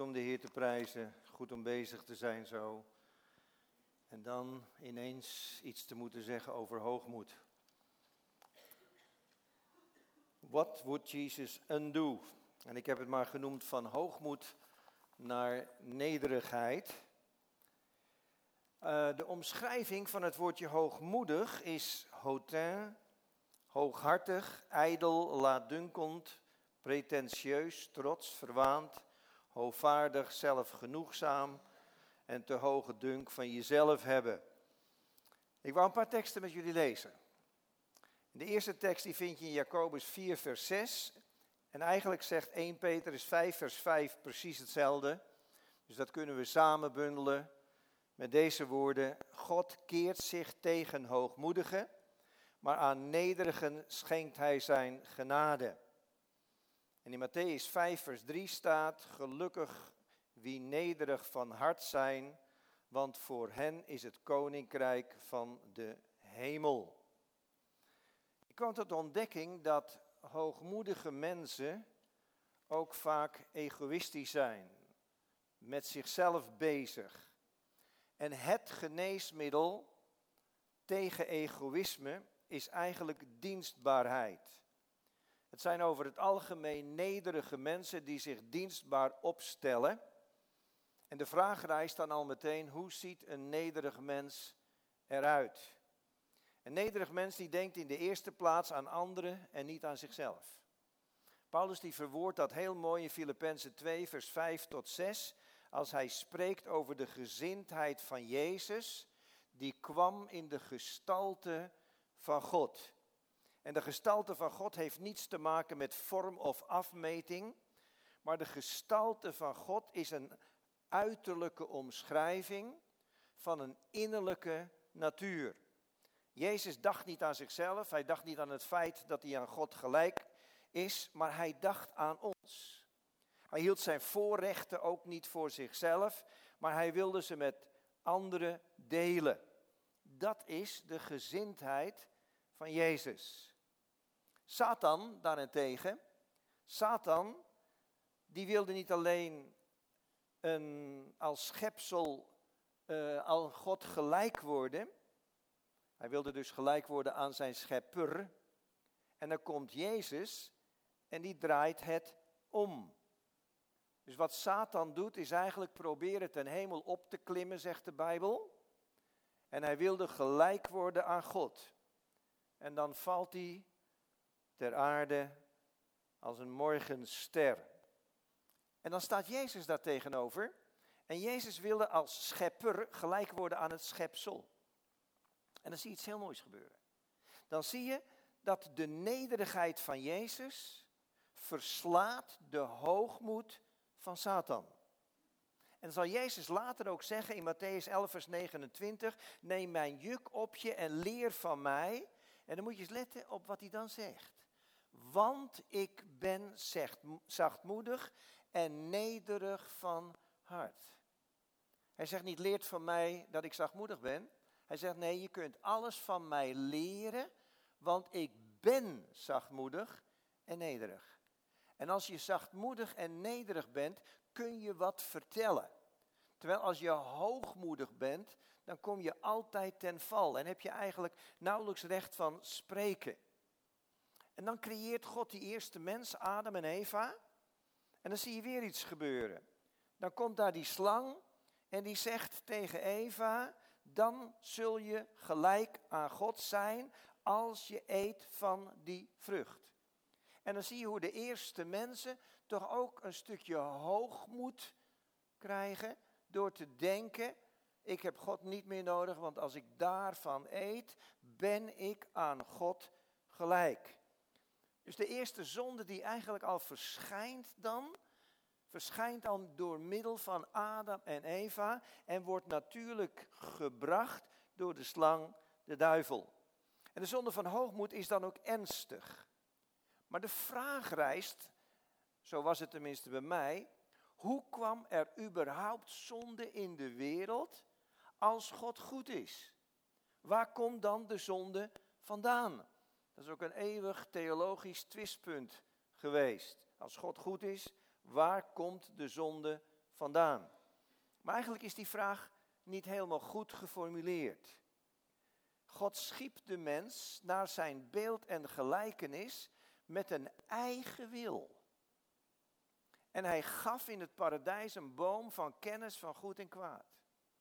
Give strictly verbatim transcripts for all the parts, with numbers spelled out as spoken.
om de Heer te prijzen, goed om bezig te zijn zo. En dan ineens iets te moeten zeggen over hoogmoed. What would Jesus undo? En ik heb het maar genoemd van hoogmoed naar nederigheid. Uh, de omschrijving van het woordje hoogmoedig is hautain, hooghartig, ijdel, laatdunkend, pretentieus, trots, verwaand, hoogvaardig, zelfgenoegzaam en te hoge dunk van jezelf hebben. Ik wou een paar teksten met jullie lezen. De eerste tekst die vind je in Jacobus vier vers zes. En eigenlijk zegt eerste Petrus vijf vers vijf precies hetzelfde. Dus dat kunnen we samen bundelen met deze woorden. God keert zich tegen hoogmoedigen, maar aan nederigen schenkt hij zijn genade. En in Mattheüs vijf vers drie staat, gelukkig wie nederig van hart zijn, want voor hen is het koninkrijk van de hemel. Ik kwam tot de ontdekking dat hoogmoedige mensen ook vaak egoïstisch zijn, met zichzelf bezig. En het geneesmiddel tegen egoïsme is eigenlijk dienstbaarheid. Het zijn over het algemeen nederige mensen die zich dienstbaar opstellen. En de vraag rijst dan al meteen, hoe ziet een nederig mens eruit? Een nederig mens die denkt in de eerste plaats aan anderen en niet aan zichzelf. Paulus die verwoordt dat heel mooi in Filippenzen twee vers vijf tot zes. Als hij spreekt over de gezindheid van Jezus, die kwam in de gestalte van God. En de gestalte van God heeft niets te maken met vorm of afmeting, maar de gestalte van God is een uiterlijke omschrijving van een innerlijke natuur. Jezus dacht niet aan zichzelf, hij dacht niet aan het feit dat hij aan God gelijk is, maar hij dacht aan ons. Hij hield zijn voorrechten ook niet voor zichzelf, maar hij wilde ze met anderen delen. Dat is de gezindheid van Jezus. Satan daarentegen, Satan, die wilde niet alleen een, als schepsel uh, aan God gelijk worden. Hij wilde dus gelijk worden aan zijn schepper. En dan komt Jezus en die draait het om. Dus wat Satan doet is eigenlijk proberen ten hemel op te klimmen, zegt de Bijbel. En hij wilde gelijk worden aan God. En dan valt hij ter aarde als een morgenster. En dan staat Jezus daar tegenover. En Jezus wilde als schepper gelijk worden aan het schepsel. En dan zie je iets heel moois gebeuren. Dan zie je dat de nederigheid van Jezus verslaat de hoogmoed van Satan. En dan zal Jezus later ook zeggen in Mattheüs elf vers negenentwintig, neem mijn juk op je en leer van mij. En dan moet je eens letten op wat hij dan zegt. Want ik ben zachtmoedig en nederig van hart. Hij zegt niet, leert van mij dat ik zachtmoedig ben. Hij zegt, nee, je kunt alles van mij leren, want ik ben zachtmoedig en nederig. En als je zachtmoedig en nederig bent, kun je wat vertellen. Terwijl als je hoogmoedig bent, dan kom je altijd ten val. En heb je eigenlijk nauwelijks recht van spreken. En dan creëert God die eerste mens, Adam en Eva. En dan zie je weer iets gebeuren. Dan komt daar die slang en die zegt tegen Eva, dan zul je gelijk aan God zijn als je eet van die vrucht. En dan zie je hoe de eerste mensen toch ook een stukje hoogmoed krijgen door te denken, ik heb God niet meer nodig, want als ik daarvan eet, ben ik aan God gelijk. Dus de eerste zonde die eigenlijk al verschijnt dan, verschijnt dan door middel van Adam en Eva en wordt natuurlijk gebracht door de slang, de duivel. En de zonde van hoogmoed is dan ook ernstig. Maar de vraag rijst, zo was het tenminste bij mij, hoe kwam er überhaupt zonde in de wereld als God goed is? Waar komt dan de zonde vandaan? Dat is ook een eeuwig theologisch twistpunt geweest. Als God goed is, waar komt de zonde vandaan? Maar eigenlijk is die vraag niet helemaal goed geformuleerd. God schiep de mens naar zijn beeld en gelijkenis met een eigen wil. En hij gaf in het paradijs een boom van kennis van goed en kwaad.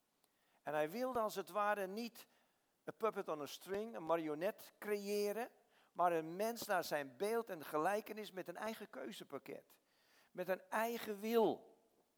En hij wilde als het ware niet een puppet on a string, een marionet creëren, maar een mens naar zijn beeld en gelijkenis met een eigen keuzepakket. Met een eigen wil.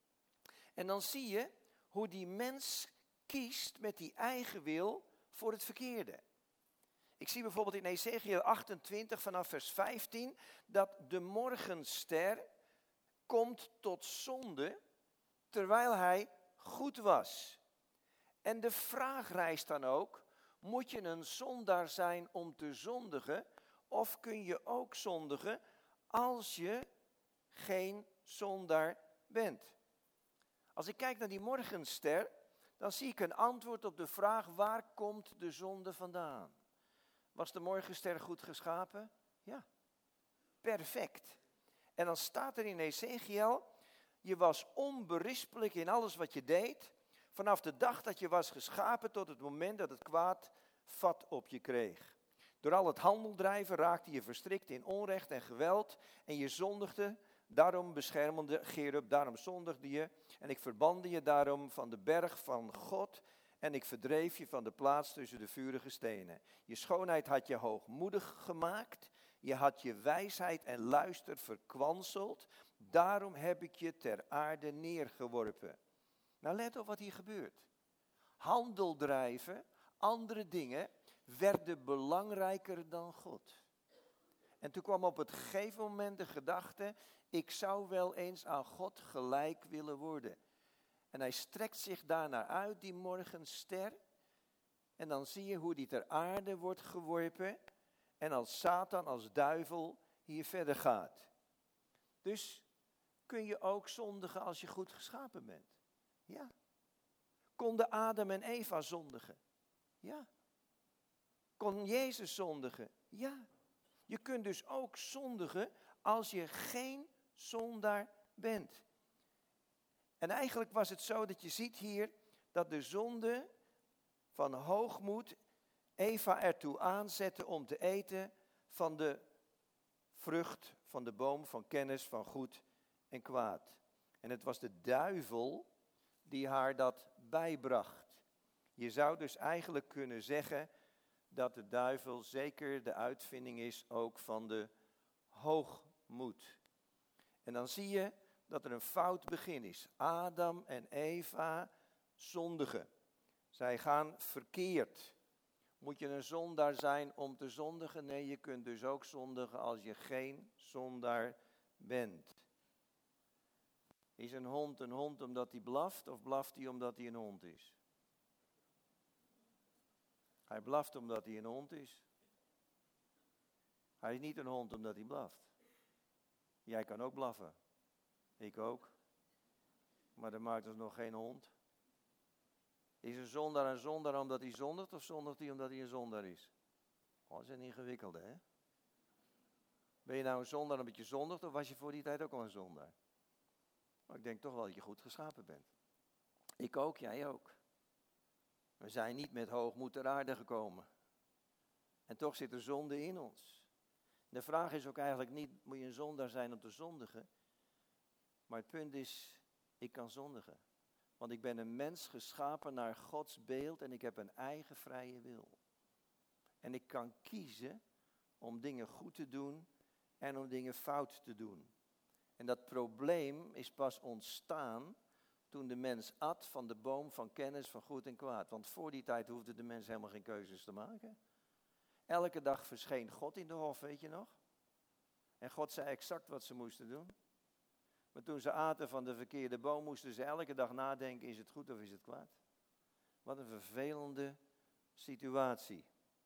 En dan zie je hoe die mens kiest met die eigen wil voor het verkeerde. Ik zie bijvoorbeeld in Ezechiël achtentwintig vanaf vers vijftien dat de morgenster komt tot zonde terwijl hij goed was. En de vraag rijst dan ook, moet je een zondaar zijn om te zondigen of kun je ook zondigen als je geen zondaar bent? Als ik kijk naar die morgenster, dan zie ik een antwoord op de vraag, waar komt de zonde vandaan? Was de morgenster goed geschapen? Ja, perfect. En dan staat er in Ezechiël, je was onberispelijk in alles wat je deed, vanaf de dag dat je was geschapen tot het moment dat het kwaad vat op je kreeg. Door al het handeldrijven raakte je verstrikt in onrecht en geweld en je zondigde. Daarom beschermende Gerub, daarom zondigde je. En ik verbande je daarom van de berg van God. En ik verdreef je van de plaats tussen de vurige stenen. Je schoonheid had je hoogmoedig gemaakt. Je had je wijsheid en luister verkwanseld. Daarom heb ik je ter aarde neergeworpen. Nou, let op wat hier gebeurt. Handel drijven, andere dingen, werden belangrijker dan God. En toen kwam op het gegeven moment de gedachte, ik zou wel eens aan God gelijk willen worden. En hij strekt zich daarnaar uit, die morgenster. En dan zie je hoe die ter aarde wordt geworpen. En als Satan, als duivel hier verder gaat. Dus kun je ook zondigen als je goed geschapen bent. Ja. Konden Adam en Eva zondigen? Ja. Kon Jezus zondigen? Ja. Je kunt dus ook zondigen als je geen zondaar bent. En eigenlijk was het zo dat je ziet hier dat de zonde van hoogmoed Eva ertoe aanzette om te eten van de vrucht van de boom van kennis van goed en kwaad. En het was de duivel die haar dat bijbracht. Je zou dus eigenlijk kunnen zeggen dat de duivel zeker de uitvinding is ook van de hoogmoed. En dan zie je dat er een fout begin is. Adam en Eva zondigen. Zij gaan verkeerd. Moet je een zondaar zijn om te zondigen? Nee, je kunt dus ook zondigen als je geen zondaar bent. Is een hond een hond omdat hij blaft of blaft hij omdat hij een hond is? Hij blaft omdat hij een hond is. Hij is niet een hond omdat hij blaft. Jij kan ook blaffen. Ik ook. Maar dat maakt ons nog geen hond. Is een zondaar een zondaar omdat hij zondigt of zondigt hij omdat hij een zondaar is? Oh, dat is een ingewikkelde, hè? Ben je nou een zondaar omdat je zondigt of was je voor die tijd ook al een zondaar? Maar ik denk toch wel dat je goed geschapen bent. Ik ook, jij ook. We zijn niet met hoogmoed ter aarde gekomen. En toch zit er zonde in ons. De vraag is ook eigenlijk niet, moet je een zondaar zijn om te zondigen? Maar het punt is, ik kan zondigen. Want ik ben een mens geschapen naar Gods beeld en ik heb een eigen vrije wil. En ik kan kiezen om dingen goed te doen en om dingen fout te doen. En dat probleem is pas ontstaan toen de mens at van de boom van kennis van goed en kwaad. Want voor die tijd hoefde de mens helemaal geen keuzes te maken. Elke dag verscheen God in de hof, weet je nog? En God zei exact wat ze moesten doen. Maar toen ze aten van de verkeerde boom, moesten ze elke dag nadenken, is het goed of is het kwaad? Wat een vervelende situatie.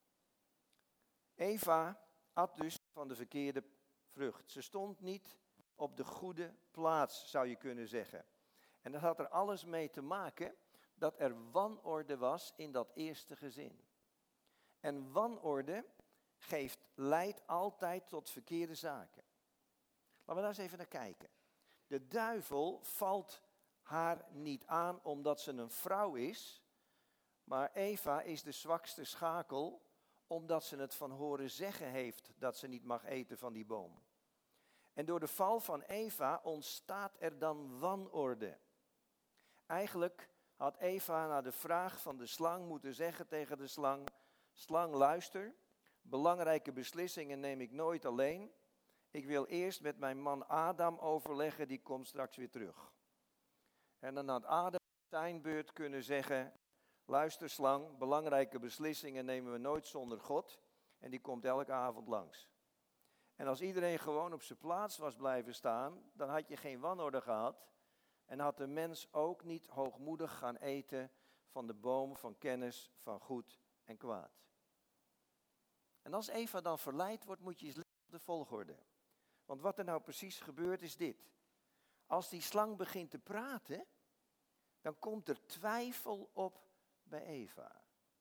Eva at dus van de verkeerde vrucht. Ze stond niet op de goede plaats, zou je kunnen zeggen. En dat had er alles mee te maken dat er wanorde was in dat eerste gezin. En wanorde geeft, leidt altijd tot verkeerde zaken. Laten we daar eens even naar kijken. De duivel valt haar niet aan omdat ze een vrouw is, maar Eva is de zwakste schakel omdat ze het van horen zeggen heeft dat ze niet mag eten van die boom. En door de val van Eva ontstaat er dan wanorde. Eigenlijk had Eva na de vraag van de slang moeten zeggen tegen de slang: slang, luister, belangrijke beslissingen neem ik nooit alleen. Ik wil eerst met mijn man Adam overleggen, die komt straks weer terug. En dan had Adam zijn beurt kunnen zeggen: luister slang, belangrijke beslissingen nemen we nooit zonder God. En die komt elke avond langs. En als iedereen gewoon op zijn plaats was blijven staan, dan had je geen wanorde gehad. En had de mens ook niet hoogmoedig gaan eten van de boom van kennis van goed en kwaad. En als Eva dan verleid wordt, moet je eens letten op de volgorde. Want wat er nou precies gebeurt is dit. Als die slang begint te praten, dan komt er twijfel op bij Eva.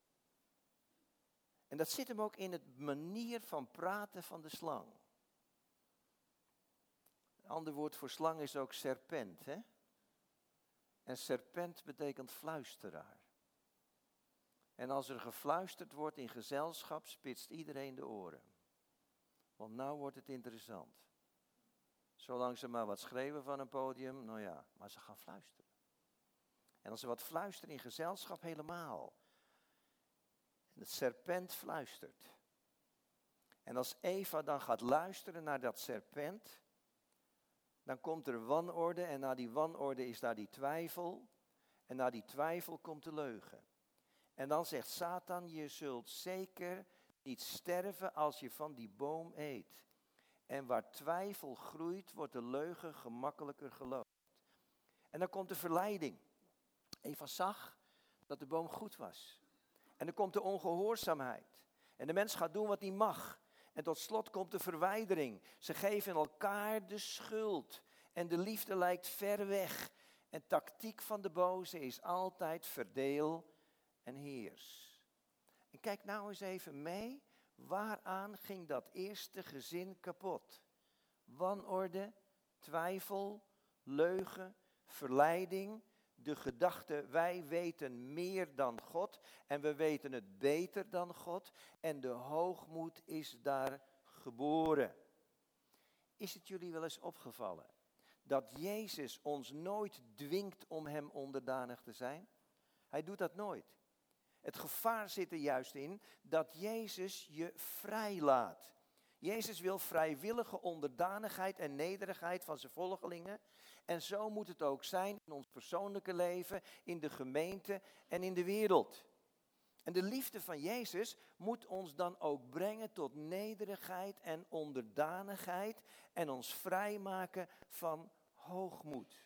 En dat zit hem ook in het manier van praten van de slang. Een ander woord voor slang is ook serpent, hè? En serpent betekent fluisteraar. En als er gefluisterd wordt in gezelschap, spitst iedereen de oren. Want nou wordt het interessant. Zolang ze maar wat schreeuwen van een podium, nou ja, maar ze gaan fluisteren. En als ze wat fluisteren in gezelschap, helemaal. En het serpent fluistert. En als Eva dan gaat luisteren naar dat serpent, dan komt er wanorde en na die wanorde is daar die twijfel. En na die twijfel komt de leugen. En dan zegt Satan, je zult zeker niet sterven als je van die boom eet. En waar twijfel groeit, wordt de leugen gemakkelijker geloofd. En dan komt de verleiding. Eva zag dat de boom goed was. En dan komt de ongehoorzaamheid. En de mens gaat doen wat hij mag. En tot slot komt de verwijdering. Ze geven elkaar de schuld. En de liefde lijkt ver weg. En tactiek van de boze is altijd verdeel en heers. En kijk nou eens even mee. Waaraan ging dat eerste gezin kapot? Wanorde, twijfel, leugen, verleiding. De gedachte, wij weten meer dan God en we weten het beter dan God. En de hoogmoed is daar geboren. Is het jullie wel eens opgevallen dat Jezus ons nooit dwingt om hem onderdanig te zijn? Hij doet dat nooit. Het gevaar zit er juist in dat Jezus je vrijlaat. Jezus wil vrijwillige onderdanigheid en nederigheid van zijn volgelingen. En zo moet het ook zijn in ons persoonlijke leven, in de gemeente en in de wereld. En de liefde van Jezus moet ons dan ook brengen tot nederigheid en onderdanigheid en ons vrijmaken van hoogmoed.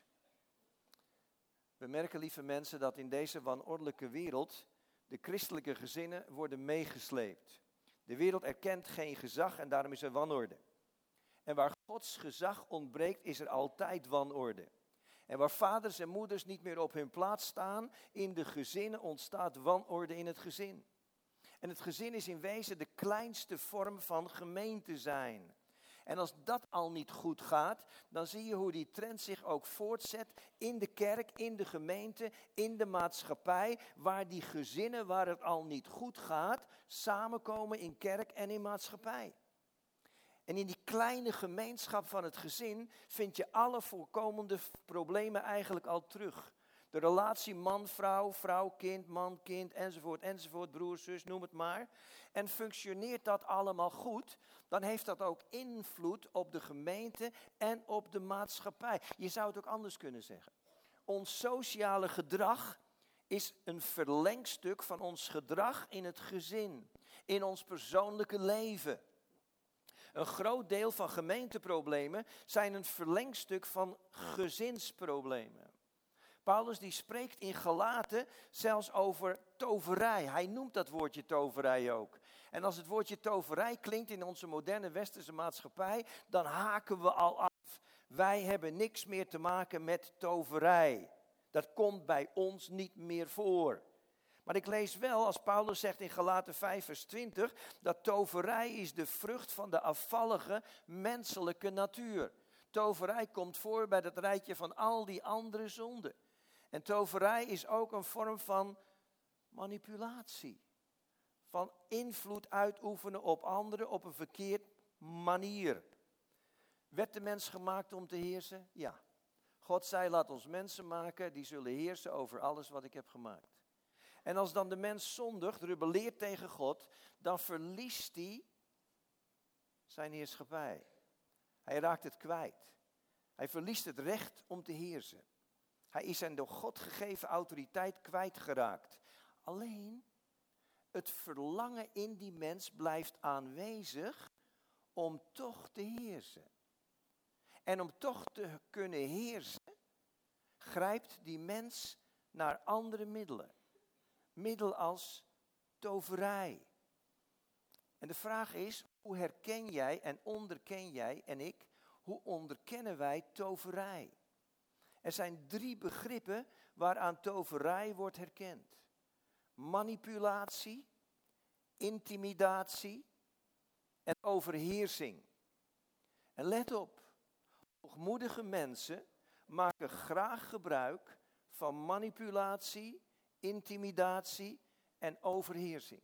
We merken, lieve mensen, dat in deze wanordelijke wereld de christelijke gezinnen worden meegesleept. De wereld erkent geen gezag en daarom is er wanorde. En waar Gods gezag ontbreekt, is er altijd wanorde. En waar vaders en moeders niet meer op hun plaats staan, in de gezinnen ontstaat wanorde in het gezin. En het gezin is in wezen de kleinste vorm van gemeente zijn. En als dat al niet goed gaat, dan zie je hoe die trend zich ook voortzet in de kerk, in de gemeente, in de maatschappij, waar die gezinnen, waar het al niet goed gaat, samenkomen in kerk en in maatschappij. En in die kleine gemeenschap van het gezin vind je alle voorkomende problemen eigenlijk al terug. De relatie man-vrouw, vrouw-kind, man-kind, enzovoort, enzovoort, broer, zus, noem het maar. En functioneert dat allemaal goed, dan heeft dat ook invloed op de gemeente en op de maatschappij. Je zou het ook anders kunnen zeggen. Ons sociale gedrag is een verlengstuk van ons gedrag in het gezin, in ons persoonlijke leven. Een groot deel van gemeenteproblemen zijn een verlengstuk van gezinsproblemen. Paulus die spreekt in Galaten zelfs over toverij. Hij noemt dat woordje toverij ook. En als het woordje toverij klinkt in onze moderne westerse maatschappij, dan haken we al af. Wij hebben niks meer te maken met toverij. Dat komt bij ons niet meer voor. Maar ik lees wel, als Paulus zegt in Galaten vijf vers twintig, dat toverij is de vrucht van de afvallige menselijke natuur. Toverij komt voor bij dat rijtje van al die andere zonden. En toverij is ook een vorm van manipulatie. Van invloed uitoefenen op anderen op een verkeerd manier. Werd de mens gemaakt om te heersen? Ja. God zei, laat ons mensen maken, die zullen heersen over alles wat ik heb gemaakt. En als dan de mens zondigt, rebelleert tegen God, dan verliest hij zijn heerschappij. Hij raakt het kwijt. Hij verliest het recht om te heersen. Hij is zijn door God gegeven autoriteit kwijtgeraakt. Alleen, het verlangen in die mens blijft aanwezig om toch te heersen. En om toch te kunnen heersen, grijpt die mens naar andere middelen. Middelen als toverij. En de vraag is, hoe herken jij en onderken jij en ik, hoe onderkennen wij toverij? Er zijn drie begrippen waaraan toverij wordt herkend. Manipulatie, intimidatie en overheersing. En let op, hoogmoedige mensen maken graag gebruik van manipulatie, intimidatie en overheersing.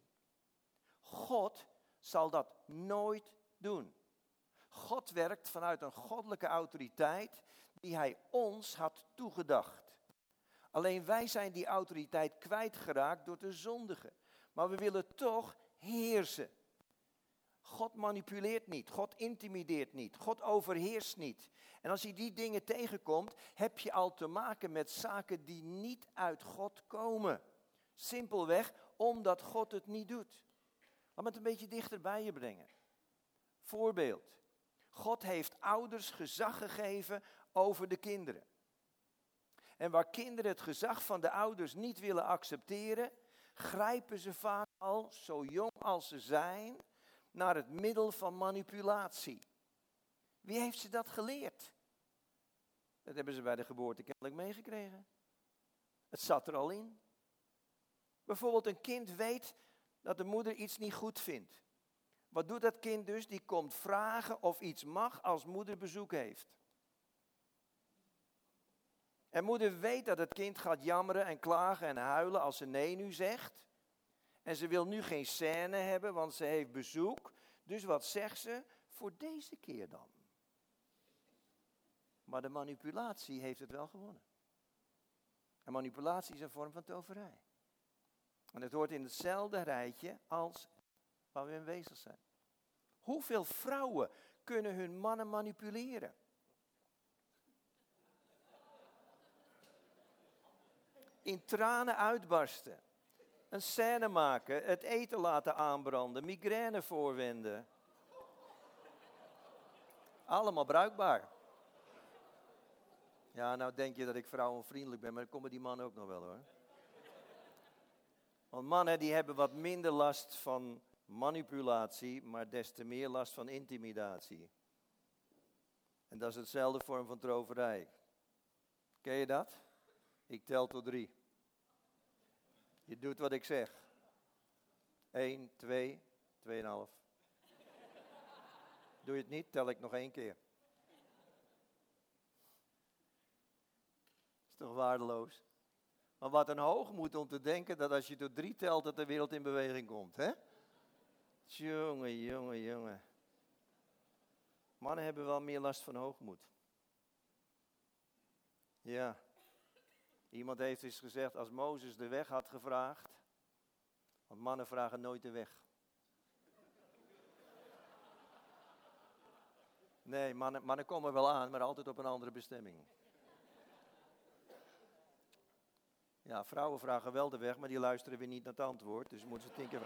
God zal dat nooit doen. God werkt vanuit een goddelijke autoriteit die hij ons had toegedacht. Alleen wij zijn die autoriteit kwijtgeraakt door te zondigen. Maar we willen toch heersen. God manipuleert niet, God intimideert niet, God overheerst niet. En als je die dingen tegenkomt, heb je al te maken met zaken die niet uit God komen. Simpelweg omdat God het niet doet. Laat me het een beetje dichter bij je brengen. Voorbeeld. God heeft ouders gezag gegeven over de kinderen. En waar kinderen het gezag van de ouders niet willen accepteren, grijpen ze vaak al, zo jong als ze zijn, naar het middel van manipulatie. Wie heeft ze dat geleerd? Dat hebben ze bij de geboorte kennelijk meegekregen. Het zat er al in. Bijvoorbeeld een kind weet dat de moeder iets niet goed vindt. Wat doet dat kind dus? Die komt vragen of iets mag als moeder bezoek heeft. En moeder weet dat het kind gaat jammeren en klagen en huilen als ze nee nu zegt. En ze wil nu geen scène hebben, want ze heeft bezoek. Dus wat zegt ze? Voor deze keer dan. Maar de manipulatie heeft het wel gewonnen. En manipulatie is een vorm van toverij. En het hoort in hetzelfde rijtje als waar we in bezig zijn. Hoeveel vrouwen kunnen hun mannen manipuleren? In tranen uitbarsten. Een scène maken, het eten laten aanbranden, migraine voorwenden. Allemaal bruikbaar. Ja, nou denk je dat ik vrouwenvriendelijk ben, maar dan komen die mannen ook nog wel hoor. Want mannen die hebben wat minder last van manipulatie, maar des te meer last van intimidatie. En dat is hetzelfde vorm van troverij. Ken je dat? Ik tel tot drie. Je doet wat ik zeg. Eén, twee, tweeënhalf. Doe je het niet, tel ik nog één keer. Is toch waardeloos? Maar wat een hoogmoed om te denken dat als je tot drie telt dat de wereld in beweging komt, hè? Jongen, jongen, jongen. Mannen hebben wel meer last van hoogmoed. Ja. Iemand heeft eens gezegd, als Mozes de weg had gevraagd, want mannen vragen nooit de weg. Nee, mannen, mannen komen wel aan, maar altijd op een andere bestemming. Ja, vrouwen vragen wel de weg, maar die luisteren weer niet naar het antwoord, dus moeten ze tien keer...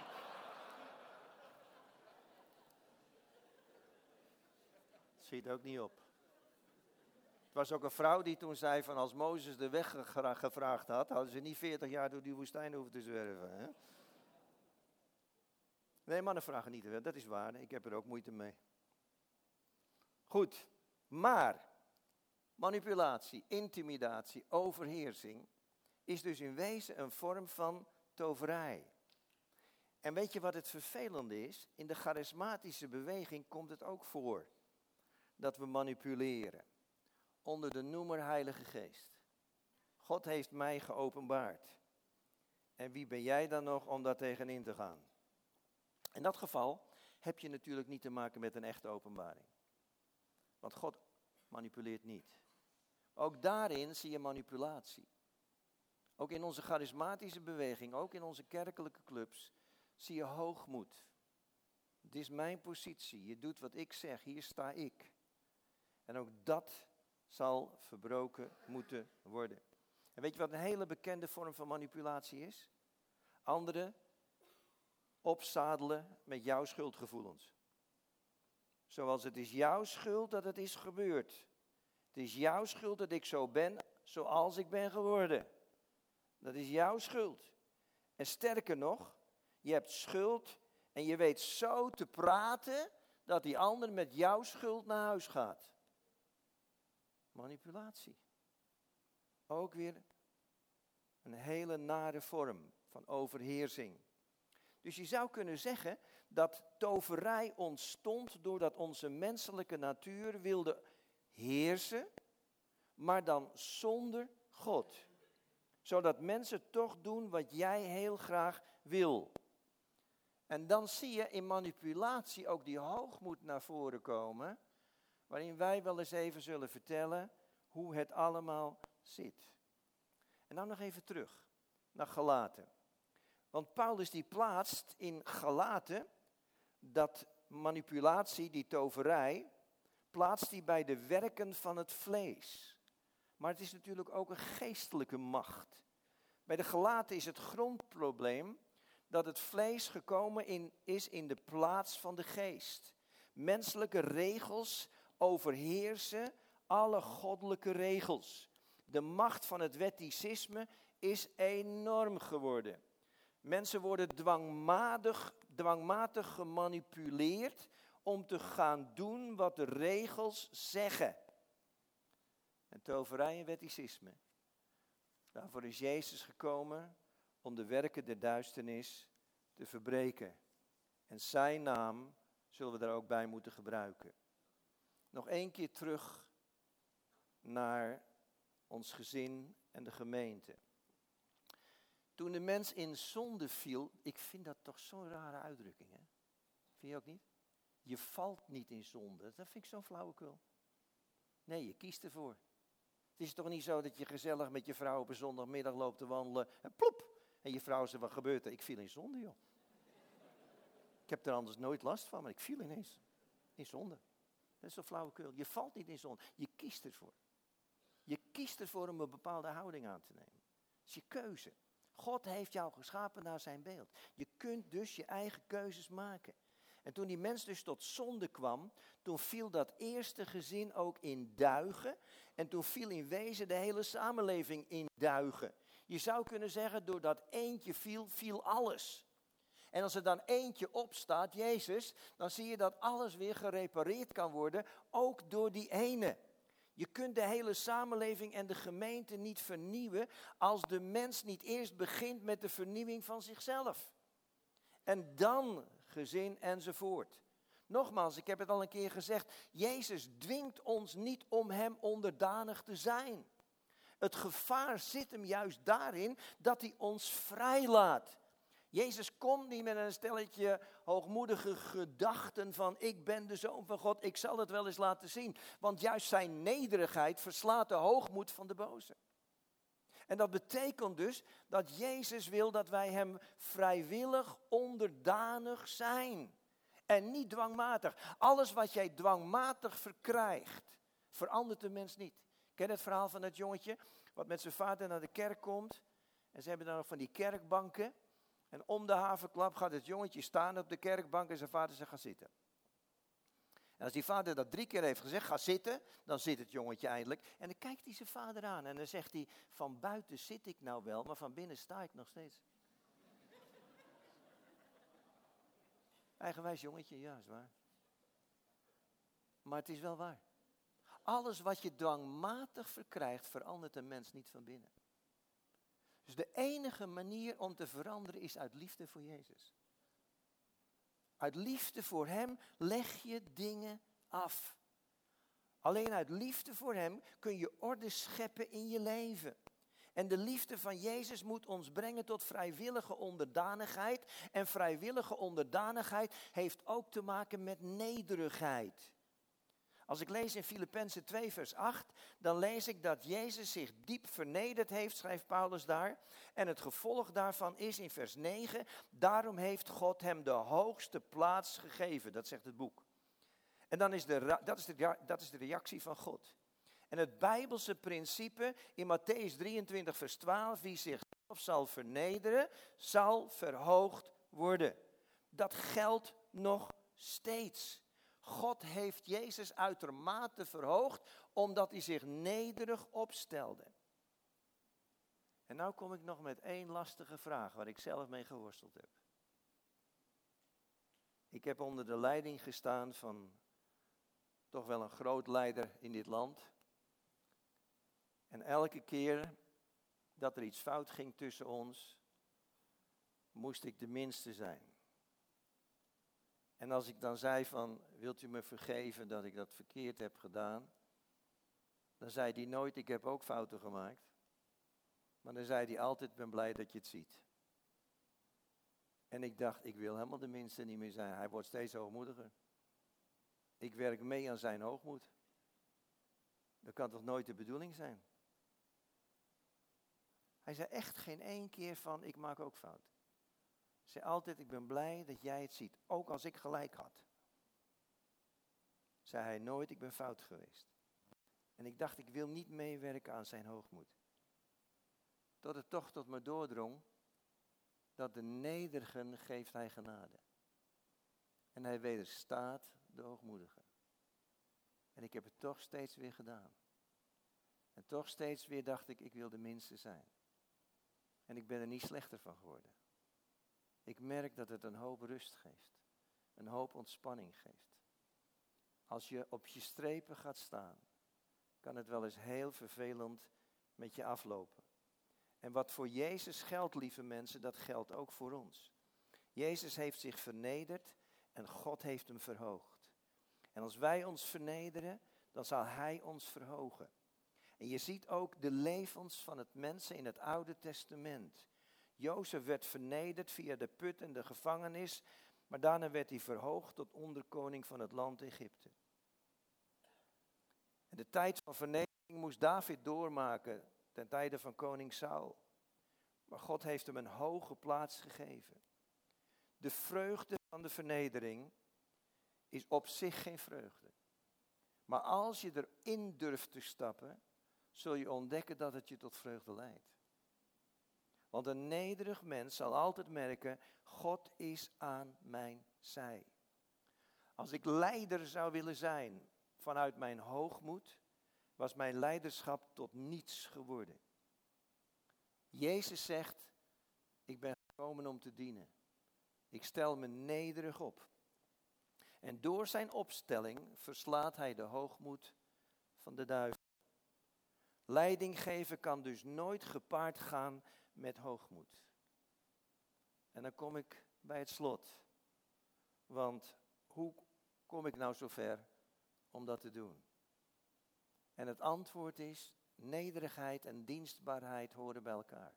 Schiet ook niet op. Het was ook een vrouw die toen zei van als Mozes de weg gevraagd had, hadden ze niet veertig jaar door die woestijn hoeven te zwerven. Hè? Nee, mannen vragen niet de weg, dat is waar. Ik heb er ook moeite mee. Goed, maar manipulatie, intimidatie, overheersing is dus in wezen een vorm van toverij. En weet je wat het vervelende is? In de charismatische beweging komt het ook voor dat we manipuleren. Onder de noemer Heilige Geest. God heeft mij geopenbaard. En wie ben jij dan nog om daar tegenin te gaan? In dat geval heb je natuurlijk niet te maken met een echte openbaring. Want God manipuleert niet. Ook daarin zie je manipulatie. Ook in onze charismatische beweging, ook in onze kerkelijke clubs, zie je hoogmoed. Het is mijn positie, je doet wat ik zeg, hier sta ik. En ook dat zal verbroken moeten worden. En weet je wat een hele bekende vorm van manipulatie is? Anderen opzadelen met jouw schuldgevoelens. Zoals het is jouw schuld dat het is gebeurd. Het is jouw schuld dat ik zo ben zoals ik ben geworden. Dat is jouw schuld. En sterker nog, je hebt schuld en je weet zo te praten dat die ander met jouw schuld naar huis gaat. Manipulatie. Ook weer een hele nare vorm van overheersing. Dus je zou kunnen zeggen dat toverij ontstond doordat onze menselijke natuur wilde heersen, maar dan zonder God. Zodat mensen toch doen wat jij heel graag wil. En dan zie je in manipulatie ook die hoogmoed naar voren komen, waarin wij wel eens even zullen vertellen hoe het allemaal zit. En dan nog even terug naar Galaten. Want Paulus die plaatst in Galaten dat manipulatie, die toverij, plaatst hij bij de werken van het vlees. Maar het is natuurlijk ook een geestelijke macht. Bij de Galaten is het grondprobleem dat het vlees gekomen in, is in de plaats van de geest. Menselijke regels overheersen alle goddelijke regels. De macht van het wetticisme is enorm geworden. Mensen worden dwangmatig, dwangmatig gemanipuleerd om te gaan doen wat de regels zeggen. En toverij en wetticisme. Daarvoor is Jezus gekomen om de werken der duisternis te verbreken. En zijn naam zullen we daar ook bij moeten gebruiken. Nog één keer terug naar ons gezin en de gemeente. Toen de mens in zonde viel, ik vind dat toch zo'n rare uitdrukking, hè? Vind je ook niet? Je valt niet in zonde, dat vind ik zo'n flauwekul. Nee, je kiest ervoor. Het is toch niet zo dat je gezellig met je vrouw op een zondagmiddag loopt te wandelen en plop. En je vrouw zegt, wat gebeurt er? Ik viel in zonde, joh. Ik heb er anders nooit last van, maar ik viel ineens in zonde. Dat is zo'n flauwekul. Je valt niet in zonde, je kiest ervoor. Je kiest ervoor om een bepaalde houding aan te nemen. Dat is je keuze. God heeft jou geschapen naar zijn beeld. Je kunt dus je eigen keuzes maken. En toen die mens dus tot zonde kwam, toen viel dat eerste gezin ook in duigen. En toen viel in wezen de hele samenleving in duigen. Je zou kunnen zeggen, doordat eentje viel, viel alles. En als er dan eentje opstaat, Jezus, dan zie je dat alles weer gerepareerd kan worden, ook door die ene. Je kunt de hele samenleving en de gemeente niet vernieuwen als de mens niet eerst begint met de vernieuwing van zichzelf. En dan gezin enzovoort. Nogmaals, ik heb het al een keer gezegd, Jezus dwingt ons niet om hem onderdanig te zijn. Het gevaar zit hem juist daarin dat hij ons vrijlaat. Jezus komt niet met een stelletje hoogmoedige gedachten van ik ben de Zoon van God, ik zal het wel eens laten zien. Want juist zijn nederigheid verslaat de hoogmoed van de boze. En dat betekent dus dat Jezus wil dat wij hem vrijwillig onderdanig zijn. En niet dwangmatig. Alles wat jij dwangmatig verkrijgt, verandert de mens niet. Ken het verhaal van dat jongetje wat met zijn vader naar de kerk komt. En ze hebben dan nog van die kerkbanken. En om de haverklap gaat het jongetje staan op de kerkbank en zijn vader zegt ga zitten. En als die vader dat drie keer heeft gezegd, ga zitten, dan zit het jongetje eindelijk. En dan kijkt hij zijn vader aan en dan zegt hij, van buiten zit ik nou wel, maar van binnen sta ik nog steeds. Eigenwijs jongetje, ja, is waar. Maar het is wel waar. Alles wat je dwangmatig verkrijgt, verandert een mens niet van binnen. Dus de enige manier om te veranderen is uit liefde voor Jezus. Uit liefde voor hem leg je dingen af. Alleen uit liefde voor hem kun je orde scheppen in je leven. En de liefde van Jezus moet ons brengen tot vrijwillige onderdanigheid. En vrijwillige onderdanigheid heeft ook te maken met nederigheid. Als ik lees in Filippenzen twee vers acht, dan lees ik dat Jezus zich diep vernederd heeft, schrijft Paulus daar. En het gevolg daarvan is in vers negen, daarom heeft God hem de hoogste plaats gegeven. Dat zegt het boek. En dan is de, dat, is de, dat is de reactie van God. En het Bijbelse principe in Mattheüs drieëntwintig vers twaalf, wie zichzelf zal vernederen, zal verhoogd worden. Dat geldt nog steeds. God heeft Jezus uitermate verhoogd, omdat hij zich nederig opstelde. En nou kom ik nog met één lastige vraag, waar ik zelf mee geworsteld heb. Ik heb onder de leiding gestaan van toch wel een groot leider in dit land. En elke keer dat er iets fout ging tussen ons, moest ik de minste zijn. En als ik dan zei van, wilt u me vergeven dat ik dat verkeerd heb gedaan? Dan zei hij nooit, ik heb ook fouten gemaakt. Maar dan zei hij altijd, ik ben blij dat je het ziet. En ik dacht, ik wil helemaal de minste niet meer zijn. Hij wordt steeds hoogmoediger. Ik werk mee aan zijn hoogmoed. Dat kan toch nooit de bedoeling zijn? Hij zei echt geen één keer van, ik maak ook fout. Hij zei altijd, ik ben blij dat jij het ziet, ook als ik gelijk had. Zei hij nooit, ik ben fout geweest. En ik dacht, ik wil niet meewerken aan zijn hoogmoed. Tot het toch tot me doordrong, dat de nederigen geeft hij genade. En hij wederstaat de hoogmoedigen. En ik heb het toch steeds weer gedaan. En toch steeds weer dacht ik, ik wil de minste zijn. En ik ben er niet slechter van geworden. Ik merk dat het een hoop rust geeft. Een hoop ontspanning geeft. Als je op je strepen gaat staan, kan het wel eens heel vervelend met je aflopen. En wat voor Jezus geldt, lieve mensen, dat geldt ook voor ons. Jezus heeft zich vernederd en God heeft hem verhoogd. En als wij ons vernederen, dan zal hij ons verhogen. En je ziet ook de levens van het mensen in het Oude Testament. Jozef werd vernederd via de put en de gevangenis, maar daarna werd hij verhoogd tot onderkoning van het land Egypte. En de tijd van vernedering moest David doormaken ten tijde van koning Saul. Maar God heeft hem een hoge plaats gegeven. De vreugde van de vernedering is op zich geen vreugde. Maar als je erin durft te stappen, zul je ontdekken dat het je tot vreugde leidt. Want een nederig mens zal altijd merken, God is aan mijn zij. Als ik leider zou willen zijn vanuit mijn hoogmoed, was mijn leiderschap tot niets geworden. Jezus zegt, ik ben gekomen om te dienen. Ik stel me nederig op. En door zijn opstelling verslaat hij de hoogmoed van de duivel. Leiding geven kan dus nooit gepaard gaan met hoogmoed. En dan kom ik bij het slot. Want hoe kom ik nou zover om dat te doen? En het antwoord is, nederigheid en dienstbaarheid horen bij elkaar.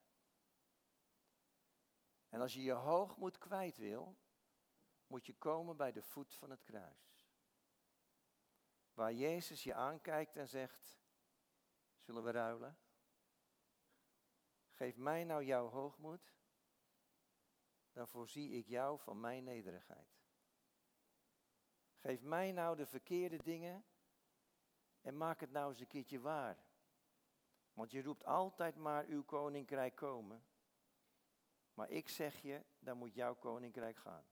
En als je je hoogmoed kwijt wil, moet je komen bij de voet van het kruis. Waar Jezus je aankijkt en zegt, zullen we ruilen? Geef mij nou jouw hoogmoed, dan voorzie ik jou van mijn nederigheid. Geef mij nou de verkeerde dingen en maak het nou eens een keertje waar. Want je roept altijd maar uw koninkrijk komen. Maar ik zeg je, dan moet jouw koninkrijk gaan.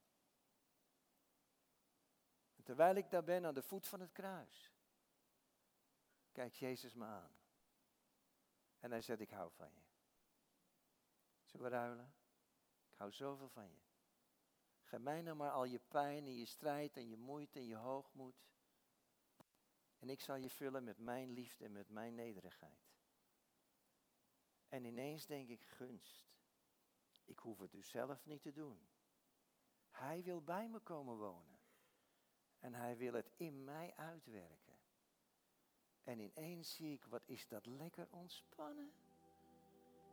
En terwijl ik daar ben aan de voet van het kruis, kijkt Jezus me aan. En hij zegt, ik hou van je. Zullen we ruilen? Ik hou zoveel van je. Geef mij nou maar al je pijn en je strijd en je moeite en je hoogmoed. En ik zal je vullen met mijn liefde en met mijn nederigheid. En ineens denk ik, gunst. Ik hoef het dus zelf niet te doen. Hij wil bij me komen wonen. En hij wil het in mij uitwerken. En ineens zie ik, wat is dat lekker ontspannen.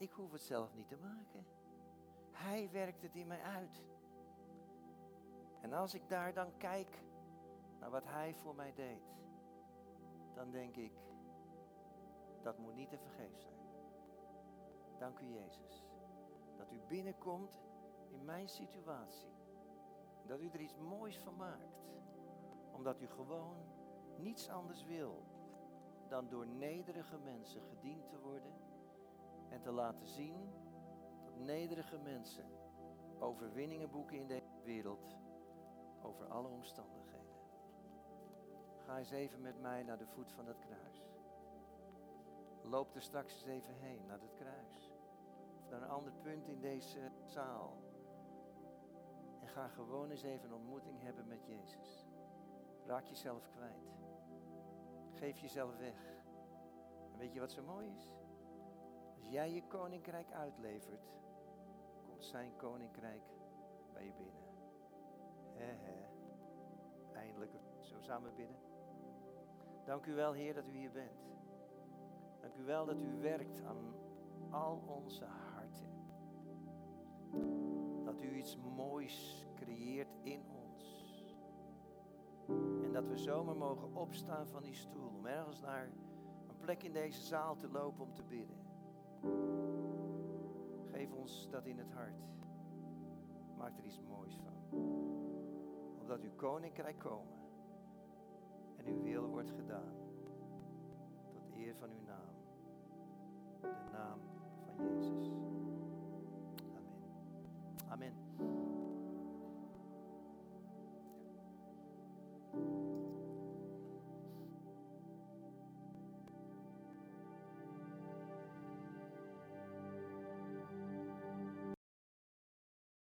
Ik hoef het zelf niet te maken. Hij werkt het in mij uit. En als ik daar dan kijk naar wat hij voor mij deed, dan denk ik, dat moet niet te vergeefs zijn. Dank u Jezus, dat u binnenkomt in mijn situatie. Dat u er iets moois van maakt. Omdat u gewoon niets anders wil dan door nederige mensen gediend te worden en te laten zien dat nederige mensen overwinningen boeken in deze wereld over alle omstandigheden. Ga eens even met mij naar de voet van het kruis. Loop er straks eens even heen naar het kruis. Of naar een ander punt in deze zaal. En ga gewoon eens even een ontmoeting hebben met Jezus. Raak jezelf kwijt. Geef jezelf weg. En weet je wat zo mooi is? Als jij je koninkrijk uitlevert, komt zijn koninkrijk bij je binnen. He he. Eindelijk. Zo samen bidden. Dank u wel, Heer, dat u hier bent. Dank u wel dat u werkt aan al onze harten. Dat u iets moois creëert in ons. En dat we zomaar mogen opstaan van die stoel. Om ergens naar een plek in deze zaal te lopen om te bidden. Geef ons dat in het hart. Maak er iets moois van. Opdat uw koninkrijk komen. En uw wil wordt gedaan. Tot eer van uw naam. De naam van Jezus. Amen. Amen.